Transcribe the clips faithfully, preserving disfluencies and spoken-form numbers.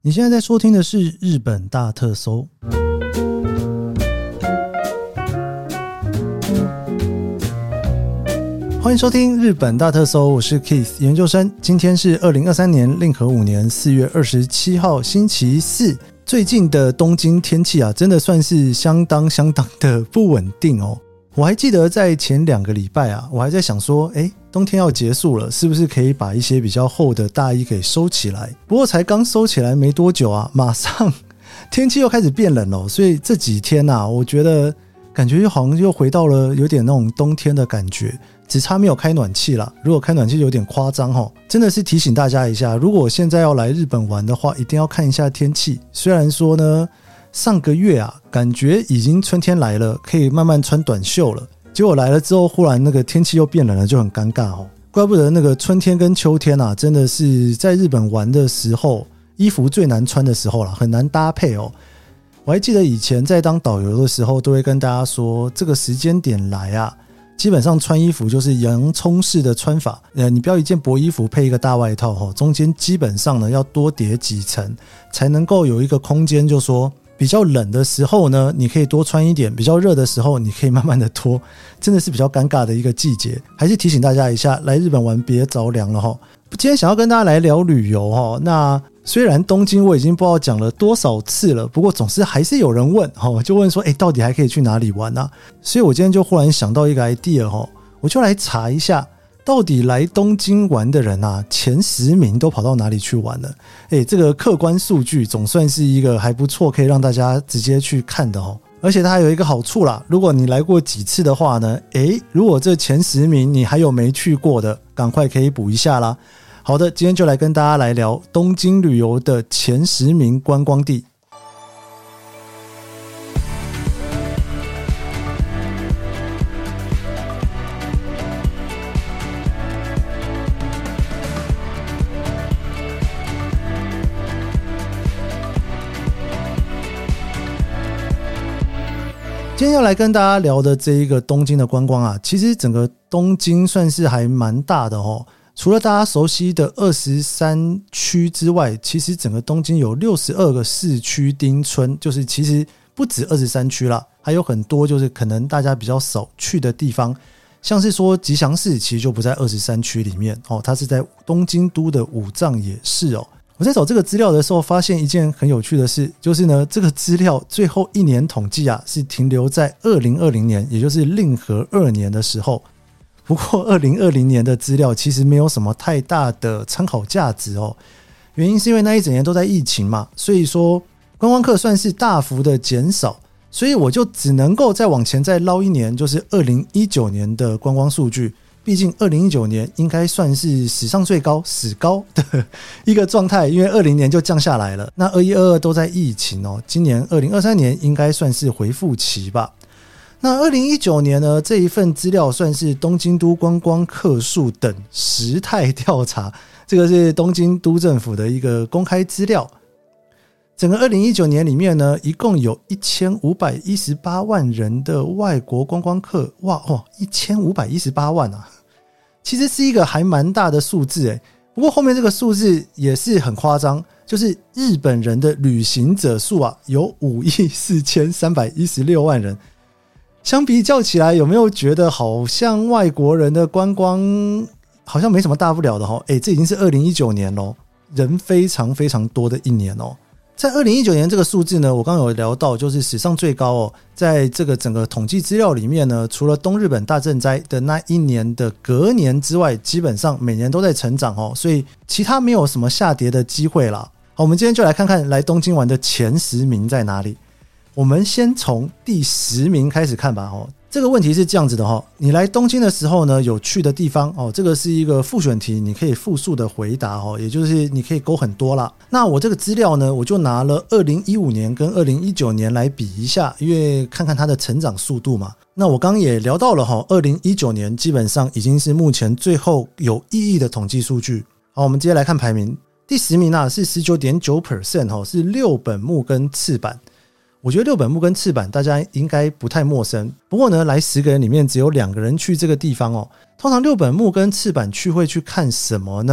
你现在在收听的是日本大特搜。欢迎收听日本大特搜，我是 Keith 研究生。今天是二零二三年令和五年四月二十七号星期四。最近的东京天气啊，真的算是相当相当的不稳定哦。我还记得在前两个礼拜啊，我还在想说，诶，冬天要结束了，是不是可以把一些比较厚的大衣给收起来？不过才刚收起来没多久啊，马上天气又开始变冷了，所以这几天啊，我觉得感觉好像又回到了有点那种冬天的感觉，只差没有开暖气啦。如果开暖气有点夸张齁，真的是提醒大家一下，如果现在要来日本玩的话，一定要看一下天气。虽然说呢，上个月啊，感觉已经春天来了，可以慢慢穿短袖了，结果来了之后，忽然那个天气又变冷了，就很尴尬哦。怪不得那个春天跟秋天啊，真的是在日本玩的时候，衣服最难穿的时候啦，很难搭配哦。我还记得以前在当导游的时候，都会跟大家说，这个时间点来啊，基本上穿衣服就是洋葱式的穿法，呃，你不要一件薄衣服配一个大外套哦，中间基本上呢要多叠几层，才能够有一个空间，就说比较冷的时候呢，你可以多穿一点；比较热的时候，你可以慢慢的脱。真的是比较尴尬的一个季节，还是提醒大家一下，来日本玩别着凉了哈。今天想要跟大家来聊旅游哈，那虽然东京我已经不知道讲了多少次了，不过总是还是有人问哈，就问说，哎，到底还可以去哪里玩啊？所以我今天就忽然想到一个 idea 哈，我就来查一下。到底来东京玩的人啊，前十名都跑到哪里去玩了？诶，这个客观数据总算是一个还不错，可以让大家直接去看的哦。而且它还有一个好处啦，如果你来过几次的话呢，诶，如果这前十名你还有没去过的，赶快可以补一下啦。好的，今天就来跟大家来聊东京旅游的前十名观光地。今天要来跟大家聊的这一个东京的观光啊，其实整个东京算是还蛮大的哦。除了大家熟悉的二十三区之外，其实整个东京有六十二个市区町村，就是其实不止二十三区啦，还有很多就是可能大家比较少去的地方，像是说吉祥寺其实就不在二十三区里面哦，它是在东京都的武藏野市哦。我在找这个资料的时候，发现一件很有趣的事，就是呢，这个资料最后一年统计啊，是停留在二零二零年，也就是令和二年的时候。不过二零二零年的资料其实没有什么太大的参考价值哦，原因是因为那一整年都在疫情嘛，所以说观光客算是大幅的减少，所以我就只能够再往前再捞一年，就是二零一九年的观光数据。毕竟二零一九年应该算是史上最高史高的一个状态，因为二零年就降下来了，那二一二二都在疫情哦，今年二零二三年应该算是回复期吧。那二零一九年呢，这一份资料算是东京都观光客数等时态调查，这个是东京都政府的一个公开资料。整个二零一九年里面呢，一共有一千五百一十八万人的外国观光客，哇哦，一千五百一十八万啊，其实是一个还蛮大的数字诶。不过后面这个数字也是很夸张，就是日本人的旅行者数啊，有五亿四千三百一十六万人。相比较起来，有没有觉得好像外国人的观光好像没什么大不了的齁？诶，这已经是二零一九年咯，人非常非常多的一年哦。在二零一九年这个数字呢，我刚刚有聊到，就是史上最高哦。在这个整个统计资料里面呢，除了东日本大震灾的那一年的隔年之外，基本上每年都在成长哦，所以其他没有什么下跌的机会啦。好，我们今天就来看看来东京玩的前十名在哪里。我们先从第十名开始看吧哦。这个问题是这样子的哦，你来东京的时候呢，有去的地方哦，这个是一个复选题，你可以复数的回答哦，也就是你可以勾很多啦。那我这个资料呢，我就拿了二零一五年跟二零一九年来比一下，因为看看它的成长速度嘛。那我刚刚也聊到了哈，二零一九年基本上已经是目前最后有意义的统计数据。好，我们接下来看排名，第十名啊是 百分之十九点九 哦，是六本木跟赤坂。我觉得六本木跟赤坂大家应该不太陌生，不过呢，来十个人里面只有两个人去这个地方哦。通常六本木跟赤坂去会去看什么呢？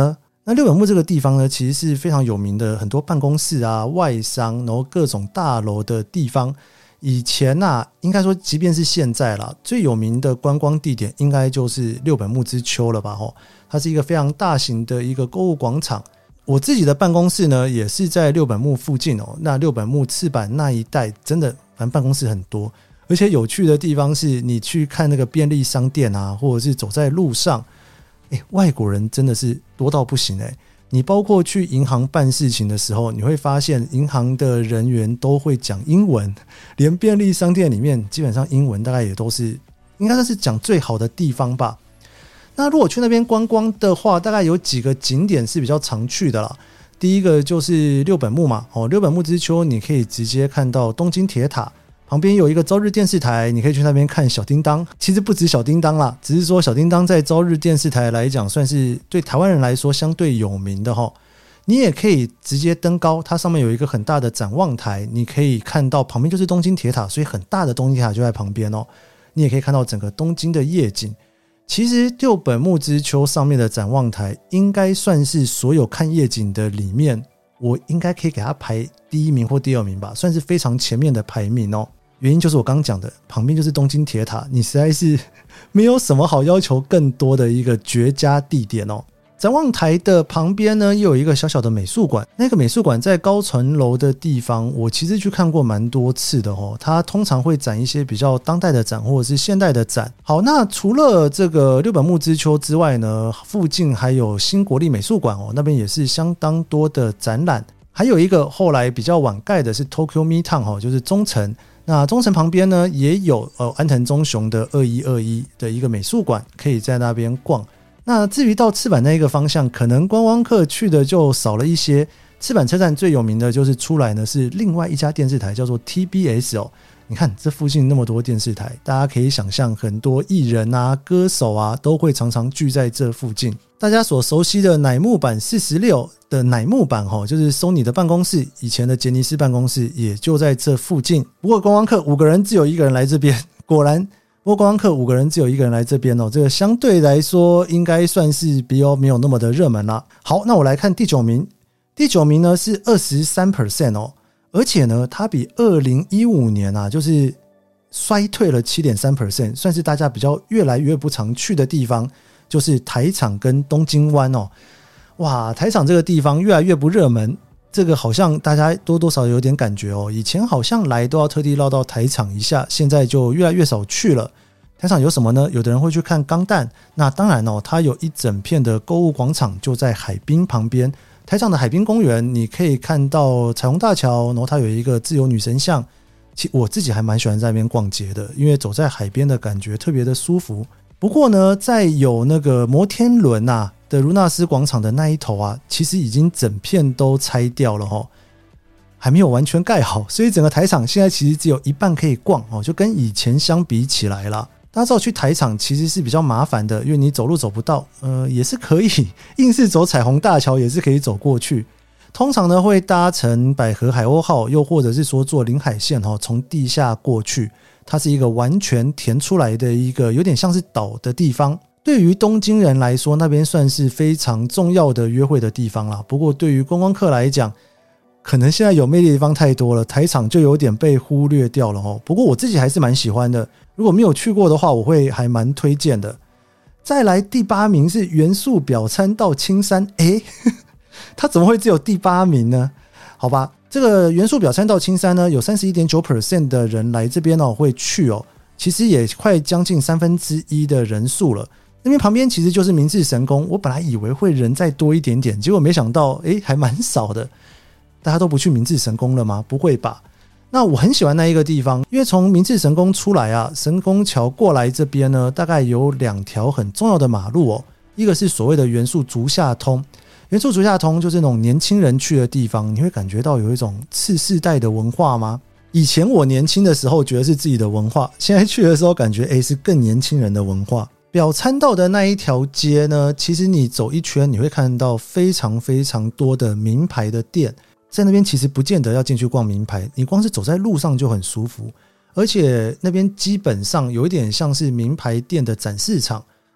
那六本木这个地方呢，其实是非常有名的，很多办公室啊、外商，然后各种大楼的地方。以前啊，应该说即便是现在啦，最有名的观光地点应该就是六本木之丘了吧齁，它是一个非常大型的一个购物广场。我自己的办公室呢也是在六本木附近哦。那六本木赤坂那一带真的反正办公室很多，而且有趣的地方是你去看那个便利商店啊，或者是走在路上，欸、外国人真的是多到不行欸。你包括去银行办事情的时候，你会发现银行的人员都会讲英文，连便利商店里面基本上英文大概也都是应该算是讲最好的地方吧。那如果去那边观光的话，大概有几个景点是比较常去的啦。第一个就是六本木嘛，哦，六本木之丘你可以直接看到东京铁塔，旁边有一个朝日电视台，你可以去那边看小叮当。其实不止小叮当啦，只是说小叮当在朝日电视台来讲算是对台湾人来说相对有名的齁。你也可以直接登高，它上面有一个很大的展望台，你可以看到旁边就是东京铁塔，所以很大的东京铁塔就在旁边哦。你也可以看到整个东京的夜景。其实六本木之丘上面的展望台应该算是所有看夜景的里面，我应该可以给它排第一名或第二名吧，算是非常前面的排名哦。原因就是我刚刚讲的，旁边就是东京铁塔，你实在是没有什么好要求更多的一个绝佳地点哦。展望台的旁边呢，又有一个小小的美术馆，那个美术馆在高层楼的地方，我其实去看过蛮多次的哦。它通常会展一些比较当代的展或者是现代的展。好，那除了这个六本木之丘之外呢，附近还有新国立美术馆哦，那边也是相当多的展览。还有一个后来比较晚盖的是 Tokyo Midtown 哦，就是中城。那中城旁边呢，也有呃安藤忠雄的二一二一的一个美术馆，可以在那边逛。那至于到赤坂那一个方向，可能观光客去的就少了一些。赤坂车站最有名的就是出来呢是另外一家电视台，叫做 T B S 哦。你看这附近那么多电视台，大家可以想象很多艺人啊、歌手啊都会常常聚在这附近。大家所熟悉的乃木坂四十六的乃木坂齁，就是 Sony 的办公室，以前的杰尼斯办公室也就在这附近。不过观光客五个人只有一个人来这边，果然不过观光客五个人只有一个人来这边哦，这个相对来说应该算是比较没有那么的热门啦。好，那我来看第九名，第九名呢是 百分之二十三 哦，而且呢它比二零一五年啊就是衰退了 百分之七点三， 算是大家比较越来越不常去的地方，就是台场跟东京湾哦。哇，台场这个地方越来越不热门，这个好像大家多多少少有点感觉哦。以前好像来都要特地绕到台场一下，现在就越来越少去了。台场有什么呢？有的人会去看钢弹，那当然哦，它有一整片的购物广场就在海滨旁边。台场的海滨公园，你可以看到彩虹大桥，然后它有一个自由女神像。其实我自己还蛮喜欢在那边逛街的，因为走在海边的感觉特别的舒服。不过呢，在有那个摩天轮啊的卢纳斯广场的那一头啊，其实已经整片都拆掉了齁，还没有完全盖好，所以整个台场现在其实只有一半可以逛哦，就跟以前相比起来啦。大家知道去台场其实是比较麻烦的，因为你走路走不到，呃，也是可以，硬是走彩虹大桥也是可以走过去。通常呢会搭乘百合海鸥号，又或者是说坐临海线哦，从地下过去。它是一个完全填出来的一个有点像是岛的地方。对于东京人来说，那边算是非常重要的约会的地方啦。不过对于观光客来讲，可能现在有魅力的地方太多了，台场就有点被忽略掉了哦。不过我自己还是蛮喜欢的，如果没有去过的话，我会还蛮推荐的。再来第八名是元素表参道青山，诶它怎么会只有第八名呢？好吧，这个元素表参道青山呢，有 百分之三十一点九 的人来这边哦会去哦，其实也快将近三分之一的人数了。那边旁边其实就是明治神宫，我本来以为会人再多一点点，结果没想到诶还蛮少的。大家都不去明治神宫了吗？不会吧。那我很喜欢那一个地方，因为从明治神宫出来啊，神宫桥过来这边呢，大概有两条很重要的马路哦。一个是所谓的元素竹下通，元素竹下通就是那种年轻人去的地方，你会感觉到有一种次世代的文化吗？以前我年轻的时候觉得是自己的文化，现在去的时候感觉诶是更年轻人的文化。表参道的那一条街呢，其实你走一圈你会看到非常非常多的名牌的店，在那边其实不见得要进去逛名牌，你光是走在路上就很舒服。而且那边基本上有一点像是名牌店的展示场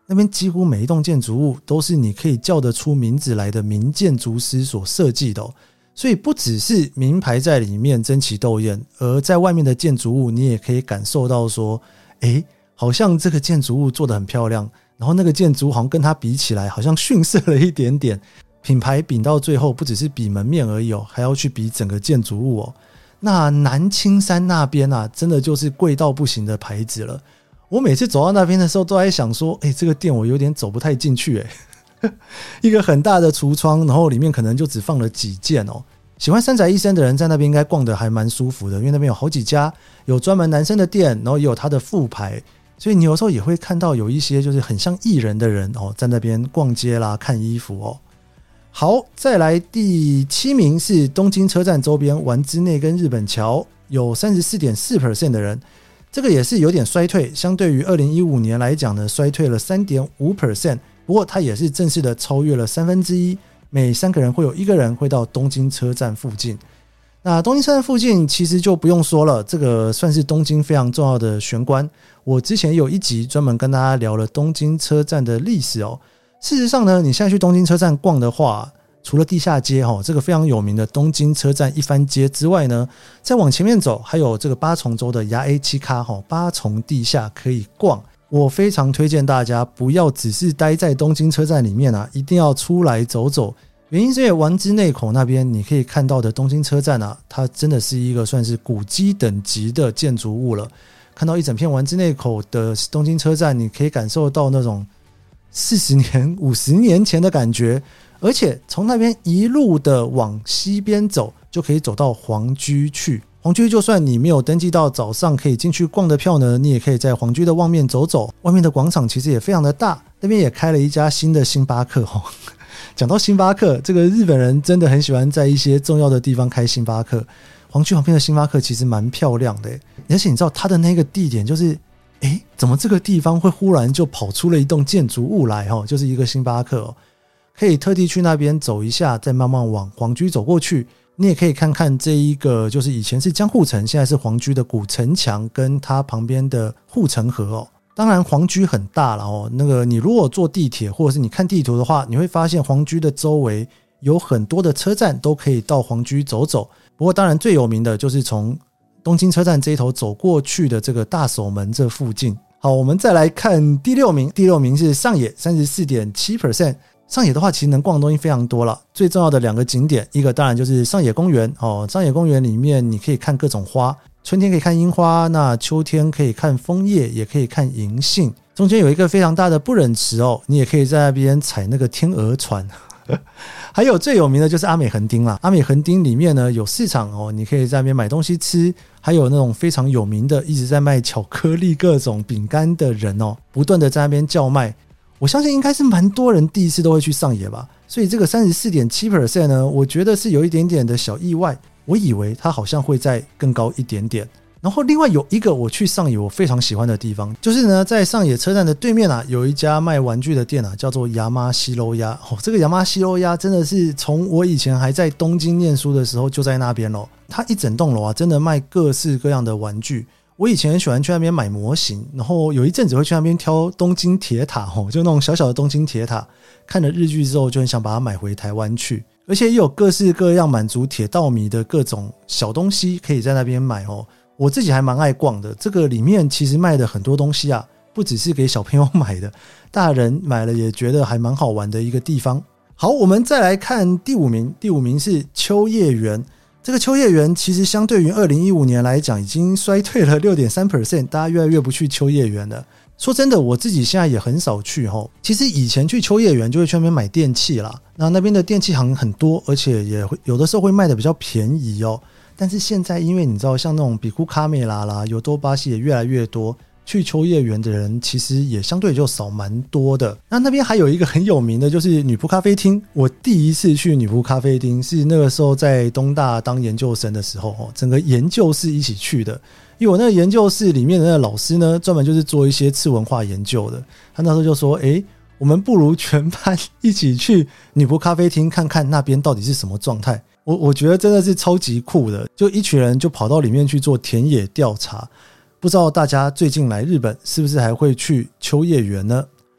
那边几乎每一栋建筑物都是你可以叫得出名字来的名建筑师所设计的哦，所以不只是名牌在里面争奇斗艳，而在外面的建筑物你也可以感受到说，诶，好像这个建筑物做得很漂亮，然后那个建筑好像跟它比起来好像逊色了一点点。品牌比到最后不只是比门面而已哦，还要去比整个建筑物哦。那南青山那边啊，真的就是贵到不行的牌子了。我每次走到那边的时候都在想说，诶，这个店我有点走不太进去诶。一个很大的橱窗，然后里面可能就只放了几件哦。喜欢三宅一生的人在那边应该逛得还蛮舒服的，因为那边有好几家，有专门男生的店，然后也有他的副牌，所以你有时候也会看到有一些就是很像艺人的人哦，在那边逛街啦、看衣服哦。好，再来第七名是东京车站周边丸之内跟日本桥，有 百分之三十四点四 的人，这个也是有点衰退，相对于二零一五年来讲呢，衰退了 百分之三点五， 不过它也是正式的超越了三分之一，每三个人会有一个人会到东京车站附近。那东京车站附近其实就不用说了，这个算是东京非常重要的玄关，我之前有一集专门跟大家聊了东京车站的历史哦。事实上呢，你现在去东京车站逛的话，除了地下街这个非常有名的东京车站一番街之外呢，再往前面走还有这个八重洲的牙 A 七咖八重地下可以逛。我非常推荐大家不要只是待在东京车站里面啊，一定要出来走走。原因是因为丸之内口那边你可以看到的东京车站啊，它真的是一个算是古迹等级的建筑物了。看到一整片丸之内口的东京车站，你可以感受到那种四十年五十年前的感觉，而且从那边一路的往西边走就可以走到皇居去。皇居就算你没有登记到早上可以进去逛的票呢，你也可以在皇居的外面走走，外面的广场其实也非常的大，那边也开了一家新的星巴克哦。讲到星巴克，这个日本人真的很喜欢在一些重要的地方开星巴克，皇居旁边的星巴克其实蛮漂亮的，而且你知道它的那个地点就是诶，怎么这个地方会忽然就跑出了一栋建筑物来哦，就是一个星巴克哦，可以特地去那边走一下，再慢慢往皇居走过去。你也可以看看这一个就是以前是江户城，现在是皇居的古城墙跟它旁边的护城河哦。当然皇居很大了哦，那个你如果坐地铁或者是你看地图的话，你会发现皇居的周围有很多的车站都可以到皇居走走。不过当然最有名的就是从东京车站这一头走过去的这个大守门这附近。好，我们再来看第六名，第六名是上野 百分之三十四点七。 上野的话其实能逛的东西非常多了，最重要的两个景点，一个当然就是上野公园哦，上野公园里面你可以看各种花，春天可以看樱花，那秋天可以看枫叶，也可以看银杏，中间有一个非常大的不忍池哦，你也可以在那边踩那个天鹅船。还有最有名的就是阿美横丁啦，阿美横丁里面呢有市场哦，你可以在那边买东西吃，还有那种非常有名的一直在卖巧克力各种饼干的人哦，不断的在那边叫卖。我相信应该是蛮多人第一次都会去上野吧，所以这个 百分之三十四点七 呢，我觉得是有一点点的小意外，我以为它好像会再更高一点点。然后另外有一个我去上野我非常喜欢的地方，就是呢在上野车站的对面啊，有一家卖玩具的店啊，叫做亚麻西楼鸭哦。这个亚麻西楼鸭真的是从我以前还在东京念书的时候就在那边咯，它一整栋楼啊，真的卖各式各样的玩具。我以前很喜欢去那边买模型，然后有一阵子会去那边挑东京铁塔哦，就那种小小的东京铁塔，看了日剧之后就很想把它买回台湾去，而且也有各式各样满足铁道迷的各种小东西可以在那边买哦。我自己还蛮爱逛的，这个里面其实卖的很多东西啊，不只是给小朋友买的，大人买了也觉得还蛮好玩的一个地方。好，我们再来看第五名，第五名是秋叶原。这个秋叶原其实相对于二零一五年来讲已经衰退了 百分之六点三， 大家越来越不去秋叶原了。说真的，我自己现在也很少去齁。其实以前去秋叶原就会去那边买电器啦，那那边的电器行很多，而且也会有的时候会卖的比较便宜哦。但是现在因为你知道像那种比库卡美拉啦、有多巴西也越来越多，去秋叶原的人其实也相对就少蛮多的。那那边还有一个很有名的就是女仆咖啡厅，我第一次去女仆咖啡厅是那个时候在东大当研究生的时候，整个研究室一起去的。因为我那个研究室里面的那个老师呢，专门就是做一些次文化研究的，他那时候就说诶，我们不如全班一起去女仆咖啡厅看看那边到底是什么状态。我我觉得真的是超级酷的，就一群人就跑到里面去做田野调查。不知道大家最近来日本是不是还会去秋叶原呢？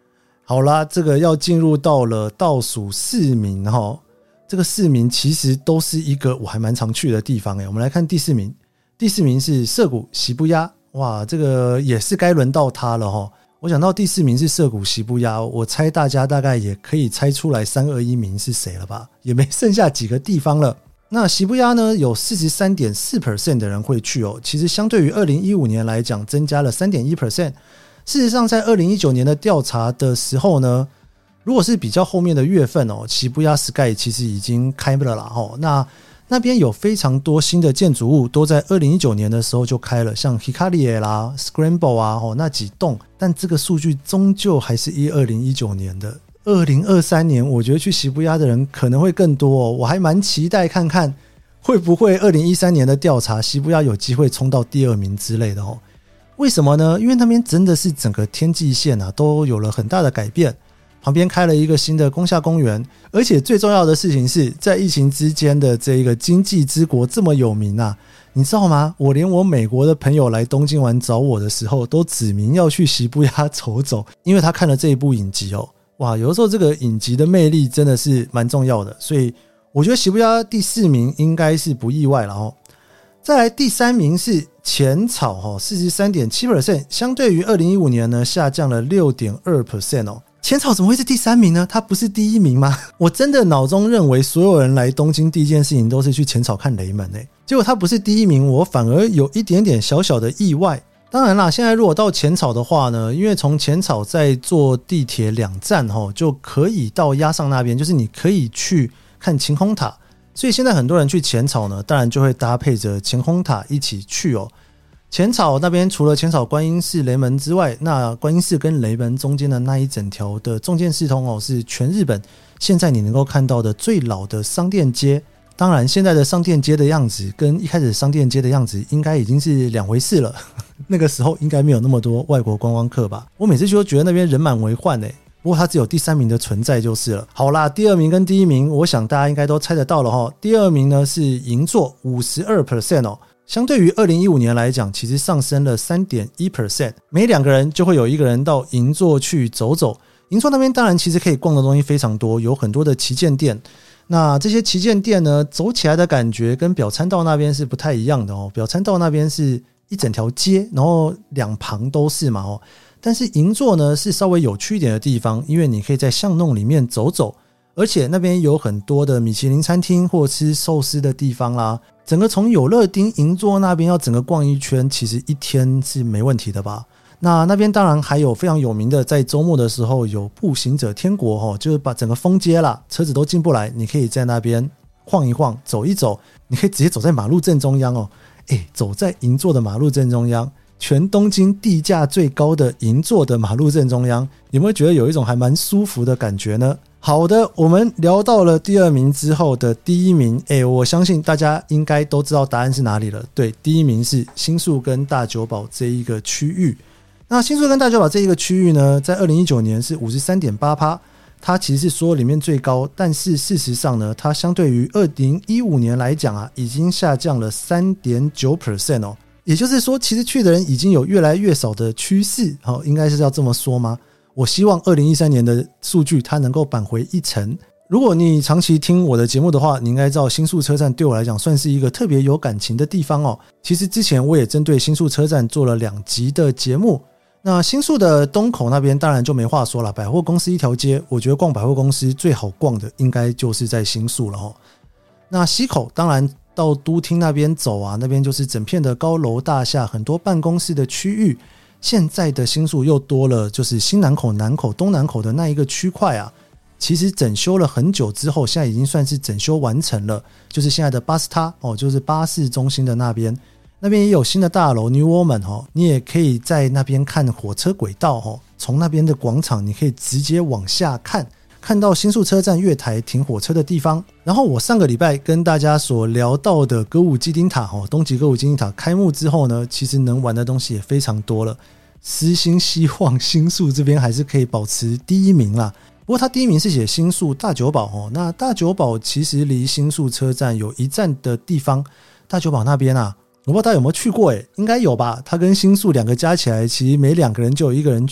好啦，这个要进入到了倒数四名齁，这个四名其实都是一个我还蛮常去的地方诶。我们来看第四名，第四名是涩谷喜布亚，哇，这个也是该轮到它了齁。我想到第四名是涩谷喜布亚，我猜大家大概也可以猜出来三二一名是谁了吧，也没剩下几个地方了。那喜布亚呢，有 百分之四十三点四 的人会去哦，其实相对于二零一五年来讲增加了 百分之三点一。事实上在二零一九年的调查的时候呢，如果是比较后面的月份哦，喜布亚 Sky 其实已经开了啦齁。那那边有非常多新的建筑物都在二零一九年的时候就开了，像 Hikarie 啦 Scramble 啊齁那几栋，但这个数据终究还是以二零一九年的。二零二三年我觉得去喜布亚的人可能会更多哦，我还蛮期待看看会不会二零一三年的调查喜布亚有机会冲到第二名之类的哦。为什么呢？因为那边真的是整个天际线啊都有了很大的改变，旁边开了一个新的宫下公园，而且最重要的事情是在疫情之间的这一个经济之国这么有名啊，你知道吗？我连我美国的朋友来东京玩找我的时候都指明要去喜布亚走走，因为他看了这一部影集哦。哇，有的时候这个影集的魅力真的是蛮重要的，所以我觉得喜布亚第四名应该是不意外了哦。再来第三名是浅草 百分之四十三点七， 相对于二零一五年呢下降了 百分之六点二 哦。浅草怎么会是第三名呢？它不是第一名吗？我真的脑中认为所有人来东京第一件事情都是去浅草看雷门欸，结果它不是第一名，我反而有一点点小小的意外。当然啦，现在如果到浅草的话呢，因为从浅草再坐地铁两站就可以到鸭上那边，就是你可以去看晴空塔，所以现在很多人去浅草呢，当然就会搭配着晴空塔一起去哦。浅草那边除了浅草观音寺雷门之外，那观音寺跟雷门中间的那一整条的中间四通哦，是全日本现在你能够看到的最老的商店街。当然现在的商店街的样子跟一开始商店街的样子应该已经是两回事了那个时候应该没有那么多外国观光客吧，我每次就觉得那边人满为患欸，不过它只有第三名的存在就是了。好啦，第二名跟第一名我想大家应该都猜得到了齁。第二名呢是银座 百分之五十二 哦，相对于二零一五年来讲其实上升了 百分之三点一， 每两个人就会有一个人到银座去走走。银座那边当然其实可以逛的东西非常多，有很多的旗舰店，那这些旗舰店呢走起来的感觉跟表参道那边是不太一样的哦。表参道那边是一整条街，然后两旁都是嘛哦，但是银座呢是稍微有趣一点的地方，因为你可以在巷弄里面走走，而且那边有很多的米其林餐厅或吃寿司的地方啦。整个从有乐町银座那边要整个逛一圈，其实一天是没问题的吧。那那边当然还有非常有名的，在周末的时候有步行者天国齁，就是把整个封街啦，车子都进不来，你可以在那边晃一晃走一走，你可以直接走在马路正中央哦。诶，走在银座的马路正中央，全东京地价最高的银座的马路正中央，有没有觉得有一种还蛮舒服的感觉呢？好的，我们聊到了第二名之后的第一名，诶，我相信大家应该都知道答案是哪里了。对，第一名是新宿跟大久保这一个区域。那新宿跟大久保这一个区域呢，在二零一九年是 百分之五十三点八， 它其实是所有里面最高，但是事实上呢，它相对于二零一五年来讲啊，已经下降了 百分之三点九 哦。也就是说其实去的人已经有越来越少的趋势，哦，应该是要这么说吗？我希望二零一三年的数据它能够扳回一城。如果你长期听我的节目的话，你应该知道新宿车站对我来讲算是一个特别有感情的地方哦。其实之前我也针对新宿车站做了两集的节目。那新宿的东口那边当然就没话说了，百货公司一条街，我觉得逛百货公司最好逛的应该就是在新宿了齁。那西口当然到都厅那边走啊，那边就是整片的高楼大厦，很多办公室的区域。现在的新宿又多了就是新南口、南口、东南口的那一个区块啊，其实整修了很久之后，现在已经算是整修完成了，就是现在的巴斯塔哦，就是巴士中心的那边。那边也有新的大楼 New Woman 哦，你也可以在那边看火车轨道哦，从那边的广场你可以直接往下看，看到新宿车站月台停火车的地方。然后我上个礼拜跟大家所聊到的歌舞伎町塔哦，东极歌舞伎町塔开幕之后呢，其实能玩的东西也非常多了。私心希望新宿这边还是可以保持第一名啦。不过他第一名是写新宿大久保哦，那大久保其实离新宿车站有一站的地方，大久保那边啊。我不知道大家有没有去过诶，应该有吧。它跟新宿两个加起来，其实每两个人就有一个人去。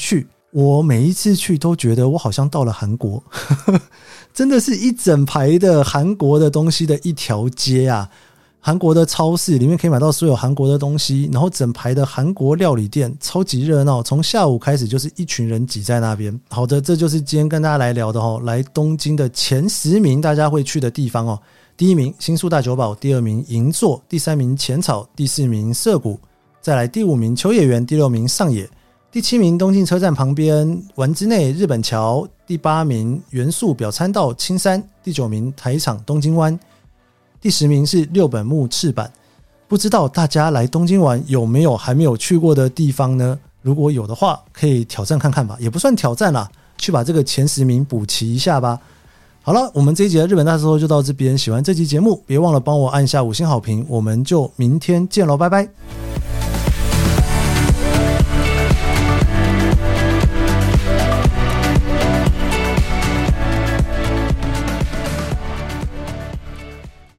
我每一次去都觉得我好像到了韩国真的是一整排的韩国的东西的一条街啊，韩国的超市里面可以买到所有韩国的东西，然后整排的韩国料理店超级热闹，从下午开始就是一群人挤在那边。好的，这就是今天跟大家来聊的哦，来东京的前十名大家会去的地方哦。第一名新宿大久保，第二名银座，第三名浅草，第四名涩谷，再来第五名秋叶原，第六名上野，第七名东京车站旁边丸之内日本桥，第八名元素表参道青山，第九名台场东京湾，第十名是六本木赤坂。不知道大家来东京玩有没有还没有去过的地方呢？如果有的话可以挑战看看吧，也不算挑战啦，去把这个前十名补齐一下吧。好了，我们这一集的日本大说就到这边，喜欢这集节目别忘了帮我按下五星好评，我们就明天见咯，拜拜。